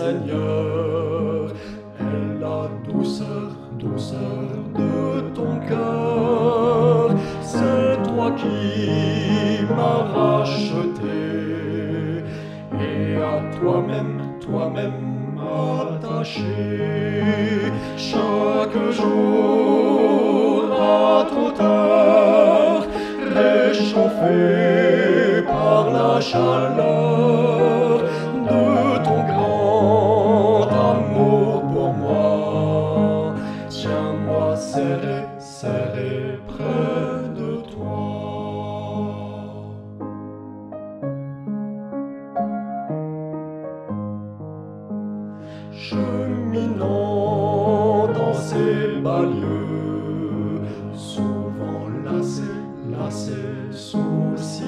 Seigneur, est la douceur, douceur de ton cœur. C'est toi qui m'as racheté et à toi-même, toi-même attaché. Chaque jour à toute heure, réchauffé par la chaleur de ton grand amour pour moi. Tiens-moi serré, serré près de toi. Cheminant dans ces bas lieux, souvent lassé, lassé, soucieux,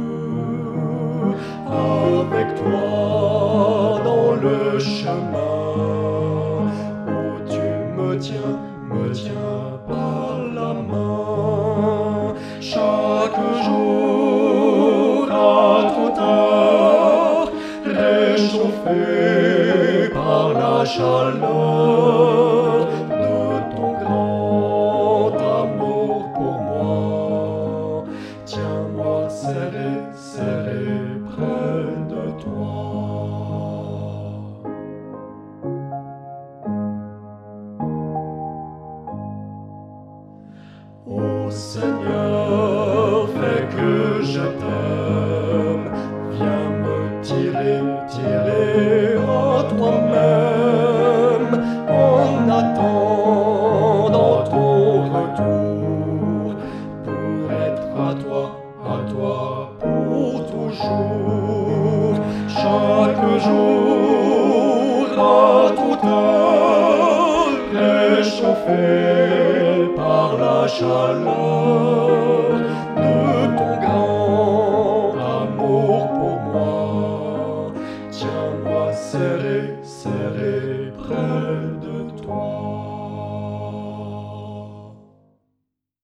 avec toi dans le chemin où tu me tiens par la main. Chaque jour à toute heure, réchauffé par la chaleur de ton grand amour pour moi. Tiens-moi serré, serré près de toi. Ô Seigneur, fais que je t'aime, viens me tirer, tirer à toi-même, en attendant ton retour, pour être à toi pour toujours. Chaque jour, à toute heure, réchauffé par la chaleur de ton grand amour pour moi. Tiens-moi serré,